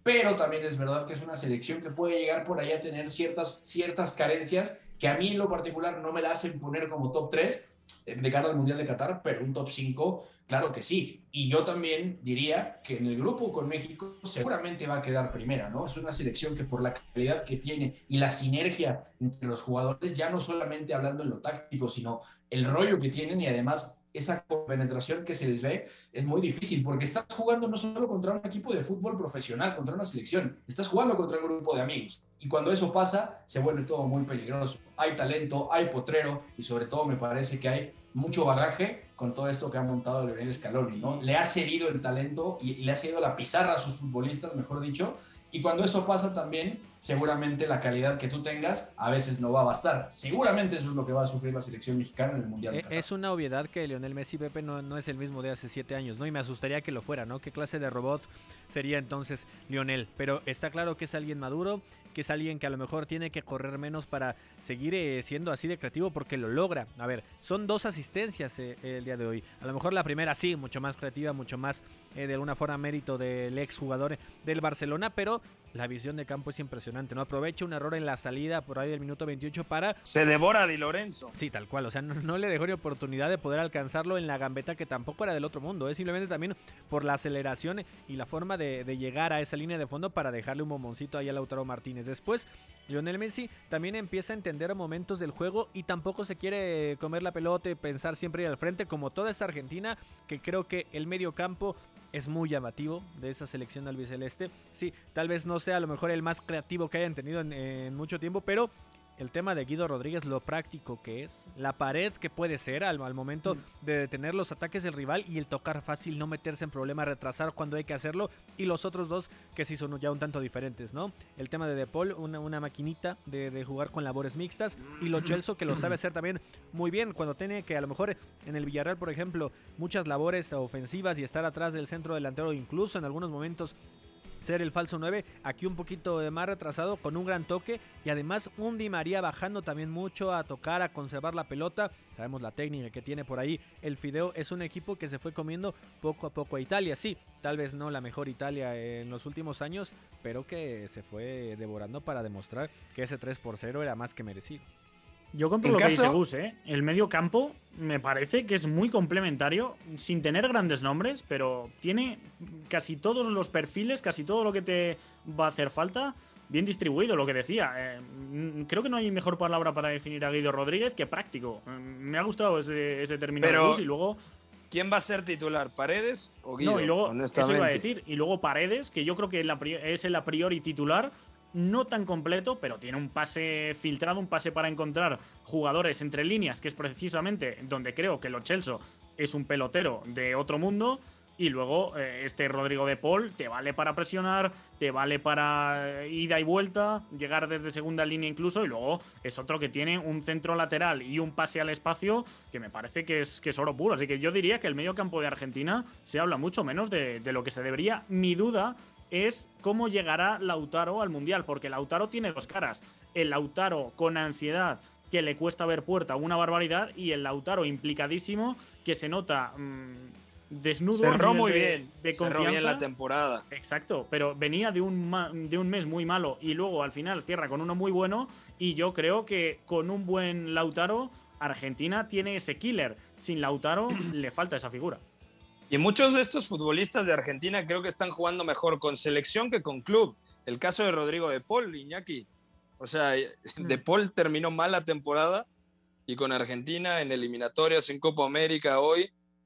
pero también es verdad que es una selección que puede llegar por ahí a tener ciertas carencias que a mí en lo particular no me la hacen poner como top 3 de cara al Mundial de Qatar, pero un top 5, claro que sí. Y yo también diría que en el grupo con México seguramente va a quedar primera, ¿no? Es una selección que por la calidad que tiene y la sinergia entre los jugadores, ya no solamente hablando en lo táctico, sino el rollo que tienen y además esa penetración que se les ve es muy difícil, porque estás jugando no solo contra un equipo de fútbol profesional, contra una selección, estás jugando contra un grupo de amigos. Y cuando eso pasa, se vuelve todo muy peligroso. Hay talento, hay potrero y sobre todo me parece que hay mucho bagaje con todo esto que ha montado Lionel Scaloni, ¿no? Le ha cedido el talento y le ha cedido la pizarra a sus futbolistas, mejor dicho. Y cuando eso pasa también, seguramente la calidad que tú tengas a veces no va a bastar. Seguramente eso es lo que va a sufrir la selección mexicana en el Mundial de Qatar. Es una obviedad que Lionel Messi, Pepe, no es el mismo de hace 7 años, ¿no? Y me asustaría que lo fuera, ¿no? ¿Qué clase de robot sería entonces Lionel? Pero está claro que es alguien maduro, que es alguien que a lo mejor tiene que correr menos para seguir siendo así de creativo porque lo logra. A ver, son 2 asistencias el día de hoy. A lo mejor la primera sí, mucho más creativa, mucho más de alguna forma mérito del ex jugador del Barcelona, pero la visión de campo es impresionante, ¿no? Aprovecha un error en la salida por ahí del minuto 28 para... Se devora a Di Lorenzo. Sí, tal cual, o sea, no le dejó ni oportunidad de poder alcanzarlo en la gambeta que tampoco era del otro mundo, es simplemente también por la aceleración y la forma de llegar a esa línea de fondo para dejarle un bomboncito ahí a Lautaro Martínez. Después, Lionel Messi también empieza a entender momentos del juego y tampoco se quiere comer la pelota y pensar siempre ir al frente, como toda esta Argentina, que creo que el medio campo es muy llamativo de esa selección albiceleste. Sí, tal vez no sea a lo mejor el más creativo que hayan tenido en mucho tiempo, pero el tema de Guido Rodríguez, lo práctico que es, la pared que puede ser al momento de detener los ataques del rival y el tocar fácil, no meterse en problemas, retrasar cuando hay que hacerlo, y los otros dos que sí son ya un tanto diferentes, ¿no? El tema de Paul, una maquinita de jugar con labores mixtas, y Lo Celso, que lo sabe hacer también muy bien cuando tiene que a lo mejor en el Villarreal, por ejemplo, muchas labores ofensivas y estar atrás del centro delantero, incluso en algunos momentos ser el falso 9, aquí un poquito más retrasado con un gran toque y además un Di María bajando también mucho a tocar, a conservar la pelota. Sabemos la técnica que tiene por ahí el Fideo. Es un equipo que se fue comiendo poco a poco a Italia, sí, tal vez no la mejor Italia en los últimos años, pero que se fue devorando para demostrar que ese 3-0 era más que merecido. Yo compro lo que dice Gus, ¿eh? El medio campo me parece que es muy complementario, sin tener grandes nombres, pero tiene casi todos los perfiles, casi todo lo que te va a hacer falta, bien distribuido, lo que decía. Creo que no hay mejor palabra para definir a Guido Rodríguez que práctico. Me ha gustado ese término de Gus y luego... ¿Quién va a ser titular? ¿Paredes o Guido? No, y luego, eso iba a decir. Y luego Paredes, que yo creo que es el a priori titular, no tan completo, pero tiene un pase filtrado, un pase para encontrar jugadores entre líneas, que es precisamente donde creo que Lo Celso es un pelotero de otro mundo. Y luego este Rodrigo de Paul te vale para presionar, te vale para ida y vuelta, llegar desde segunda línea incluso, y luego es otro que tiene un centro lateral y un pase al espacio que me parece que es oro puro. Así que yo diría que el medio campo de Argentina se habla mucho menos de lo que se debería. Mi duda es cómo llegará Lautaro al Mundial, porque Lautaro tiene 2 caras. El Lautaro con ansiedad, que le cuesta ver puerta, una barbaridad, y el Lautaro implicadísimo, que se nota desnudo. Cerró muy bien, de cerró bien la temporada. Exacto, pero venía de un mes muy malo y luego al final cierra con uno muy bueno, y yo creo que con un buen Lautaro, Argentina tiene ese killer. Sin Lautaro le falta esa figura. Y muchos de estos futbolistas de Argentina creo que están jugando mejor con selección que con club. El caso de Rodrigo de Paul, Iñaki. O sea, de Paul terminó mal la temporada y con Argentina en eliminatorias, en Copa América hoy,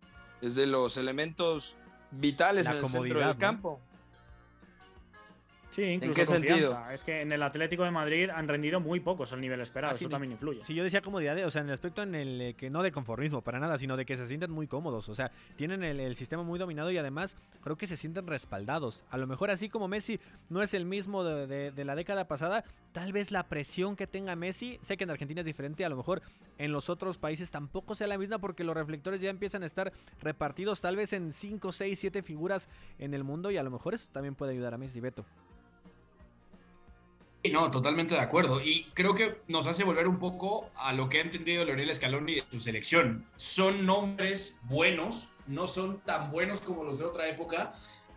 es de los elementos vitales en el centro del campo. Sí, incluso ¿En qué sentido? Es que en el Atlético de Madrid han rendido muy pocos al nivel esperado, eso también influye. Sí, yo decía comodidad, o sea, en el aspecto en el que no de conformismo para nada, sino de que se sienten muy cómodos, o sea, tienen el sistema muy dominado y además creo que se sienten respaldados. A lo mejor así como Messi no es el mismo de la década pasada, tal vez la presión que tenga Messi, sé que en Argentina es diferente, a lo mejor en los otros países tampoco sea la misma porque los reflectores ya empiezan a estar repartidos tal vez en 5, 6, 7 figuras en el mundo y a lo mejor eso también puede ayudar a Messi, Beto. No, totalmente de acuerdo. Y creo que nos hace volver un poco a lo que ha entendido Lionel Scaloni de su selección. Son nombres buenos, no son tan buenos como los de otra época,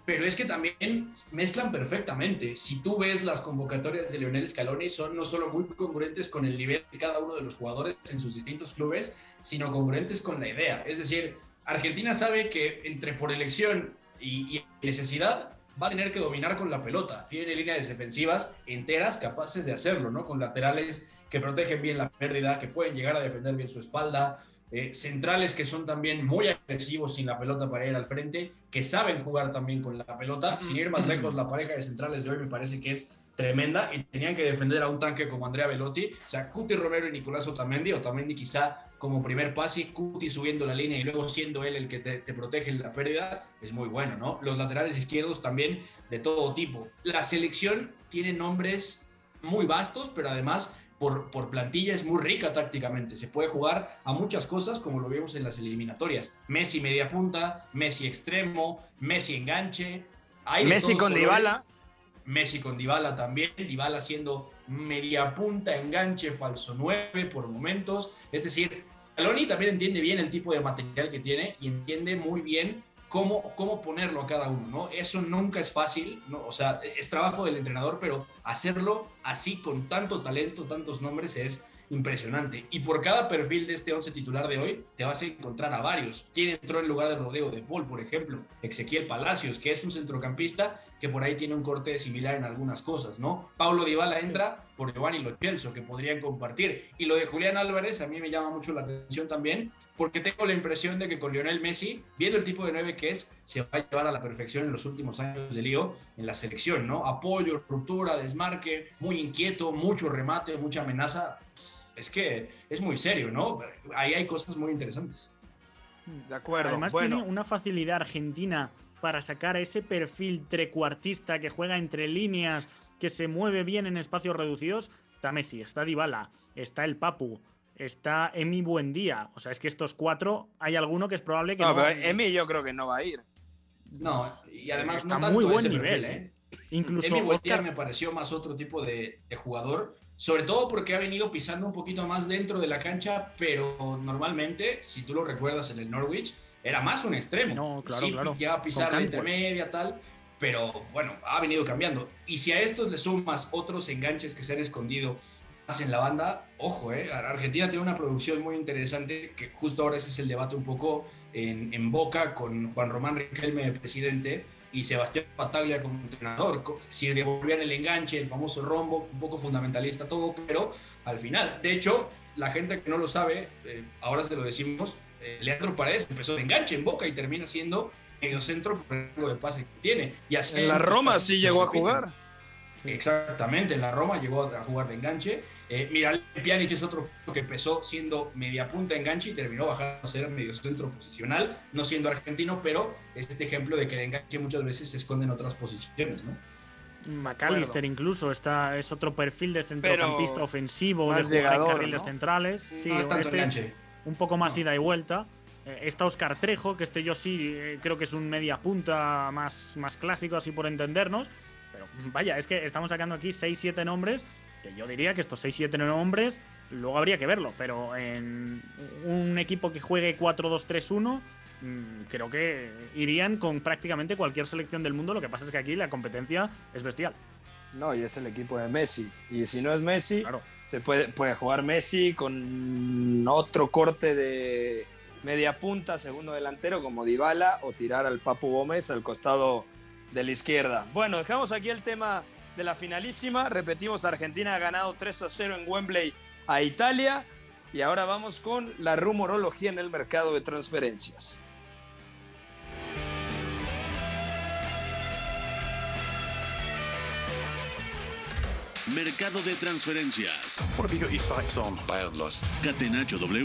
pero es que también mezclan perfectamente. Si tú ves las convocatorias de Lionel Scaloni, son no solo muy congruentes con el nivel de cada uno de los jugadores en sus distintos clubes, sino congruentes con la idea. Es decir, Argentina sabe que entre por elección y necesidad va a tener que dominar con la pelota. Tiene líneas defensivas enteras capaces de hacerlo, ¿no? Con laterales que protegen bien la pérdida, que pueden llegar a defender bien su espalda, centrales que son también muy agresivos sin la pelota para ir al frente, que saben jugar también con la pelota. Sin ir más lejos, la pareja de centrales de hoy me parece que es tremenda y tenían que defender a un tanque como Andrea Belotti, o sea, Cuti Romero y Nicolás Otamendi quizá como primer pase, Cuti subiendo la línea y luego siendo él el que te protege la pérdida, es muy bueno, ¿no? Los laterales izquierdos también de todo tipo. La selección tiene nombres muy vastos, pero además por plantilla es muy rica tácticamente. Se puede jugar a muchas cosas como lo vimos en las eliminatorias. Messi media punta, Messi extremo, Messi enganche. Messi con Dybala. Messi con Dybala también, Dybala siendo media punta, enganche, falso 9 por momentos. Es decir, Scaloni también entiende bien el tipo de material que tiene y entiende muy bien cómo ponerlo a cada uno, ¿no? Eso nunca es fácil, ¿no? O sea, es trabajo del entrenador, pero hacerlo así con tanto talento, tantos nombres, es impresionante. Y por cada perfil de este 11 titular de hoy, te vas a encontrar a varios. ¿Quién entró en lugar de Rodrigo de Paul, por ejemplo? Ezequiel Palacios, que es un centrocampista que por ahí tiene un corte similar en algunas cosas, ¿no? Paulo Dybala entra por Giovanni Lo Celso, que podrían compartir. Y lo de Julián Álvarez a mí me llama mucho la atención también, porque tengo la impresión de que con Lionel Messi, viendo el tipo de 9 que es, se va a llevar a la perfección en los últimos años de lío en la selección, ¿no? Apoyo, ruptura, desmarque, muy inquieto, mucho remate, mucha amenaza. Es que es muy serio, ¿no? Ahí hay cosas muy interesantes. De acuerdo. Además tiene una facilidad Argentina para sacar a ese perfil trecuartista que juega entre líneas, que se mueve bien en espacios reducidos. Está Messi, está Dybala, está el Papu, está Emi Buendía. O sea, es que estos cuatro, hay alguno que es probable que no. Pero Emi yo creo que no va a ir. No, y además está no tanto muy buen ese nivel, perfil, Incluso Emi Buendía me pareció más otro tipo de jugador, sobre todo porque ha venido pisando un poquito más dentro de la cancha, pero normalmente, si tú lo recuerdas en el Norwich, era más un extremo. No, claro. Ya a pisar la intermedia, tal, pero bueno, ha venido cambiando. Y si a estos le sumas otros enganches que se han escondido más en la banda, ojo, Argentina tiene una producción muy interesante, que justo ahora ese es el debate un poco en Boca con Juan Román Riquelme, presidente, y Sebastián Pataglia como entrenador. Si devolvían el enganche, el famoso rombo, un poco fundamentalista todo, pero al final, de hecho, la gente que no lo sabe, ahora se lo decimos, Leandro Paredes empezó de enganche en Boca y termina siendo mediocentro por el juego de pase que tiene. Y así en la Roma sí llegó a jugar. Exactamente, en la Roma llegó a jugar de enganche. Mira, Pjanic es otro que empezó siendo media punta enganche y terminó bajando a ser medio centro posicional, no siendo argentino, pero es este ejemplo de que el enganche muchas veces se esconde en otras posiciones, ¿no? McAllister incluso es otro perfil de centrocampista ofensivo, de jugar llegador, en carriles centrales. Sí, un poco más ida y vuelta. Está Óscar Trejo, que yo sí creo que es un media punta más clásico, así por entendernos. Pero vaya, es que estamos sacando aquí 6-7 nombres, que yo diría que estos 6-7 nombres luego habría que verlo, pero en un equipo que juegue 4-2-3-1 creo que irían con prácticamente cualquier selección del mundo. Lo que pasa es que aquí la competencia es bestial. No, y es el equipo de Messi. Y si no es Messi, claro, se puede jugar Messi con otro corte de media punta, segundo delantero como Dybala, o tirar al Papu Gómez al costado de la izquierda. Bueno, dejamos aquí el tema de la finalísima. Repetimos, Argentina ha ganado 3-0 en Wembley a Italia. Y ahora vamos con la rumorología en el mercado de transferencias. Mercado de transferencias. What have you got your sights on? Catenacho W.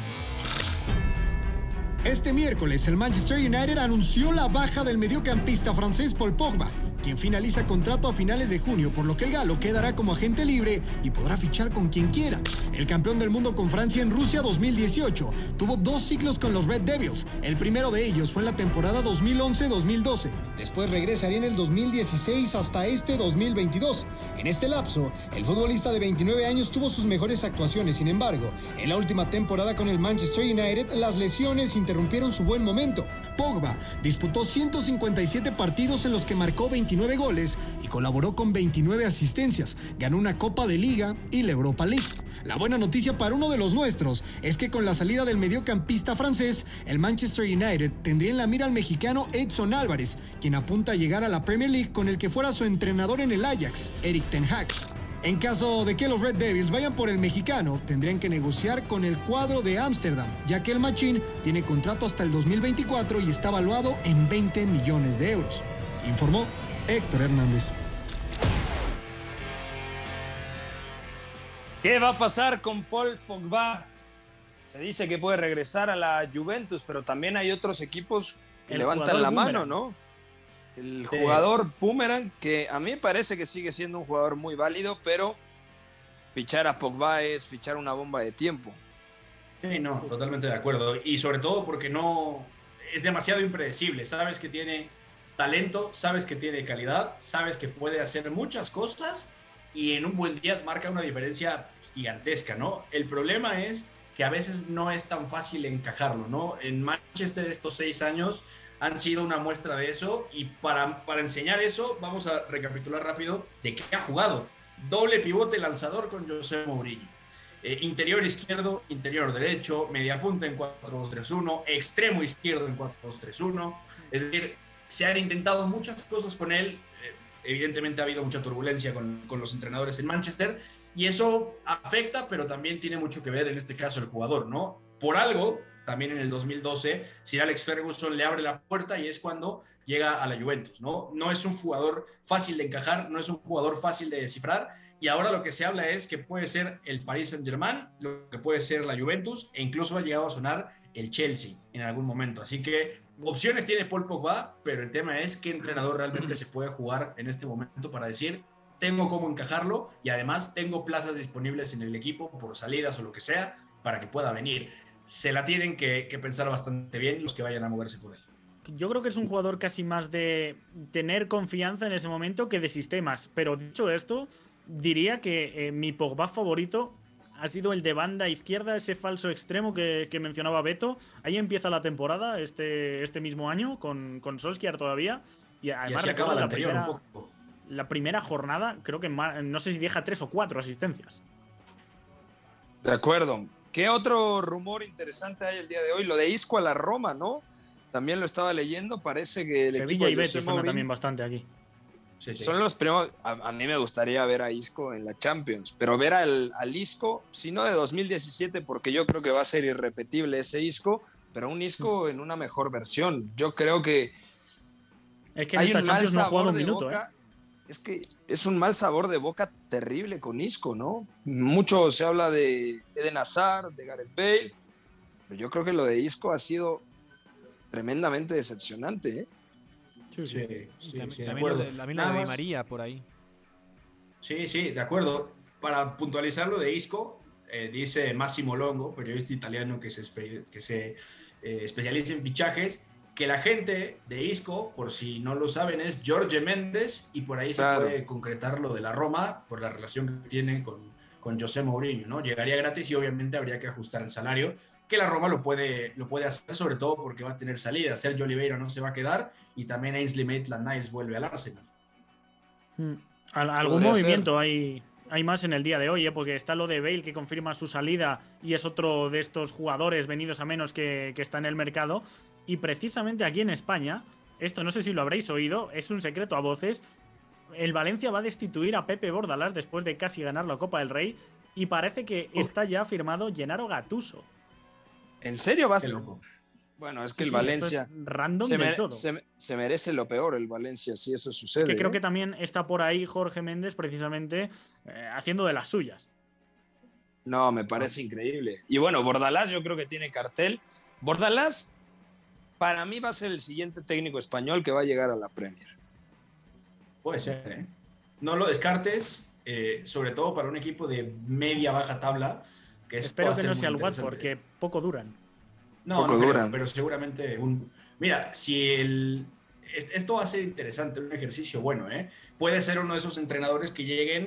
Este miércoles, el Manchester United anunció la baja del mediocampista francés Paul Pogba, quien finaliza contrato a finales de junio, por lo que el galo quedará como agente libre y podrá fichar con quien quiera. El campeón del mundo con Francia en Rusia 2018 tuvo 2 ciclos con los Red Devils. El primero de ellos fue en la temporada 2011-2012. Después regresaría en el 2016 hasta este 2022. En este lapso, el futbolista de 29 años tuvo sus mejores actuaciones. Sin embargo, en la última temporada con el Manchester United, las lesiones interrumpieron su buen momento. Pogba disputó 157 partidos en los que marcó 29 goles y colaboró con 29 asistencias. Ganó una Copa de Liga y la Europa League. La buena noticia para uno de los nuestros es que con la salida del mediocampista francés, el Manchester United tendría en la mira al mexicano Edson Álvarez, quien apunta a llegar a la Premier League con el que fuera su entrenador en el Ajax, Erik ten Hag. En caso de que los Red Devils vayan por el mexicano, tendrían que negociar con el cuadro de Ámsterdam, ya que el Machín tiene contrato hasta el 2024 y está valuado en 20 millones de euros. Informó Héctor Hernández. ¿Qué va a pasar con Paul Pogba? Se dice que puede regresar a la Juventus, pero también hay otros equipos que levantan la mano, ¿no? El jugador Boomerang, que a mí me parece que sigue siendo un jugador muy válido, pero fichar a Pogba es fichar una bomba de tiempo. Sí, no, totalmente de acuerdo. Y sobre todo porque no es demasiado impredecible. Sabes que tiene talento, sabes que tiene calidad, sabes que puede hacer muchas cosas y en un buen día marca una diferencia gigantesca, ¿no? El problema es que a veces no es tan fácil encajarlo, ¿no? En Manchester estos 6 años han sido una muestra de eso y para enseñar eso vamos a recapitular rápido de qué ha jugado. Doble pivote lanzador con José Mourinho. Interior izquierdo, interior derecho, media punta en 4-2-3-1, extremo izquierdo en 4-2-3-1. Es decir, se han intentado muchas cosas con él. Evidentemente ha habido mucha turbulencia con los entrenadores en Manchester y eso afecta, pero también tiene mucho que ver en este caso el jugador, ¿no? Por algo, también en el 2012, Sir Alex Ferguson le abre la puerta y es cuando llega a la Juventus, ¿no? No es un jugador fácil de encajar, no es un jugador fácil de descifrar y ahora lo que se habla es que puede ser el Paris Saint-Germain, lo que puede ser la Juventus e incluso ha llegado a sonar el Chelsea en algún momento. Así que opciones tiene Paul Pogba, pero el tema es qué entrenador realmente se puede jugar en este momento para decir tengo cómo encajarlo y además tengo plazas disponibles en el equipo por salidas o lo que sea para que pueda venir. Se la tienen que pensar bastante bien los que vayan a moverse por él. Yo creo que es un jugador casi más de tener confianza en ese momento que de sistemas. Pero dicho esto, diría que mi Pogba favorito ha sido el de banda izquierda, ese falso extremo que mencionaba Beto. Ahí empieza la temporada, este mismo año, con Solskjaer todavía. Y además se acaba la anterior un poco. La primera jornada, creo que no sé si deja 3 o 4 asistencias. De acuerdo. ¿Qué otro rumor interesante hay el día de hoy? Lo de Isco a la Roma, ¿no? También lo estaba leyendo, parece que el Sevilla equipo y Betis suena también bastante aquí. Sí. Son los primeros. A mí me gustaría ver a Isco en la Champions, pero ver al Isco, si no de 2017, porque yo creo que va a ser irrepetible ese Isco, pero un Isco en una mejor versión. Yo creo que es que hay un mal sabor de boca. Es que es un mal sabor de boca terrible con Isco, ¿no? Mucho se habla de Eden Hazard, de Gareth Bale, pero yo creo que lo de Isco ha sido tremendamente decepcionante, ¿eh? Sí, también lo de Di María por ahí. Sí, de acuerdo. Para puntualizar lo de Isco, dice Massimo Longo, periodista italiano que se especializa en fichajes, que la gente de Isco, por si no lo saben, es Jorge Méndez y por ahí claro. Se puede concretar lo de la Roma por la relación que tienen con José Mourinho, ¿no? Llegaría gratis y obviamente habría que ajustar el salario, que la Roma lo puede hacer, sobre todo porque va a tener salida. Sergio Oliveira no se va a quedar y también Ainsley Maitland-Niles vuelve al Arsenal. Algún movimiento hay más en el día de hoy, porque está lo de Bale que confirma su salida y es otro de estos jugadores venidos a menos que está en el mercado. Y precisamente aquí en España, esto no sé si lo habréis oído, es un secreto a voces, el Valencia va a destituir a Pepe Bordalás después de casi ganar la Copa del Rey y parece que está ya firmado Gennaro Gattuso. ¿En serio va a ser? Bueno, es que el Valencia random se merece lo peor, el Valencia, si eso sucede. Es que creo que también está por ahí Jorge Méndez precisamente haciendo de las suyas. No, me parece increíble. Y bueno, Bordalás yo creo que tiene cartel. Bordalás para mí va a ser el siguiente técnico español que va a llegar a la Premier. Puede ser, ¿eh? No lo descartes, sobre todo para un equipo de media-baja tabla. Espero que no sea el Watford, porque poco duran. No duran. Pero seguramente Mira, si esto va a ser interesante, un ejercicio bueno, ¿eh? Puede ser uno de esos entrenadores que lleguen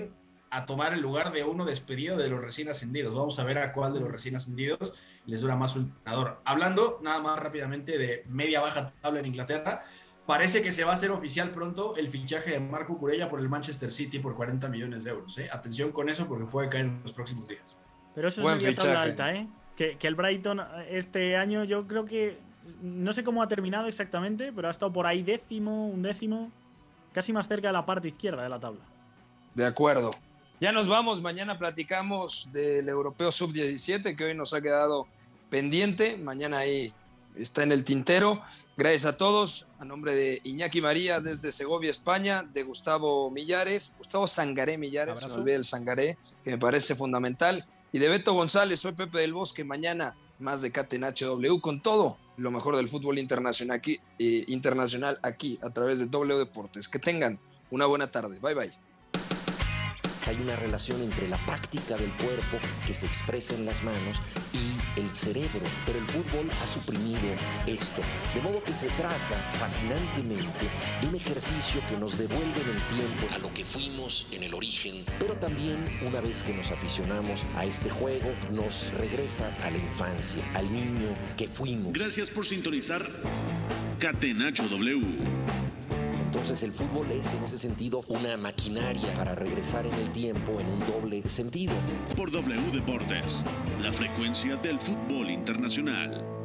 a tomar el lugar de uno despedido de los recién ascendidos. Vamos a ver a cuál de los recién ascendidos les dura más su entrenador. Hablando nada más rápidamente de media baja tabla en Inglaterra, parece que se va a hacer oficial pronto el fichaje de Marco Cucurella por el Manchester City por 40 millones de euros. Atención con eso porque puede caer en los próximos días. Pero eso es media tabla alta, que el Brighton este año yo creo que, no sé cómo ha terminado exactamente, pero ha estado por ahí undécimo, casi más cerca de la parte izquierda de la tabla. De acuerdo. Ya nos vamos, mañana platicamos del Europeo Sub-17 que hoy nos ha quedado pendiente, mañana ahí está en el tintero. Gracias a todos, a nombre de Iñaki María desde Segovia, España, de Gustavo Sangaré Millares, no olvide el Sangaré, que me parece fundamental, y de Beto González, soy Pepe del Bosque, mañana más de Catenacho W con todo lo mejor del fútbol internacional aquí a través de W Deportes. Que tengan una buena tarde, bye bye. Hay una relación entre la práctica del cuerpo que se expresa en las manos y el cerebro, pero el fútbol ha suprimido esto, de modo que se trata fascinantemente de un ejercicio que nos devuelve en el tiempo a lo que fuimos en el origen, pero también una vez que nos aficionamos a este juego nos regresa a la infancia, al niño que fuimos. Gracias por sintonizar Catenacho W. Entonces el fútbol es en ese sentido una maquinaria para regresar en el tiempo en un doble sentido. Por W Deportes, la frecuencia del fútbol internacional.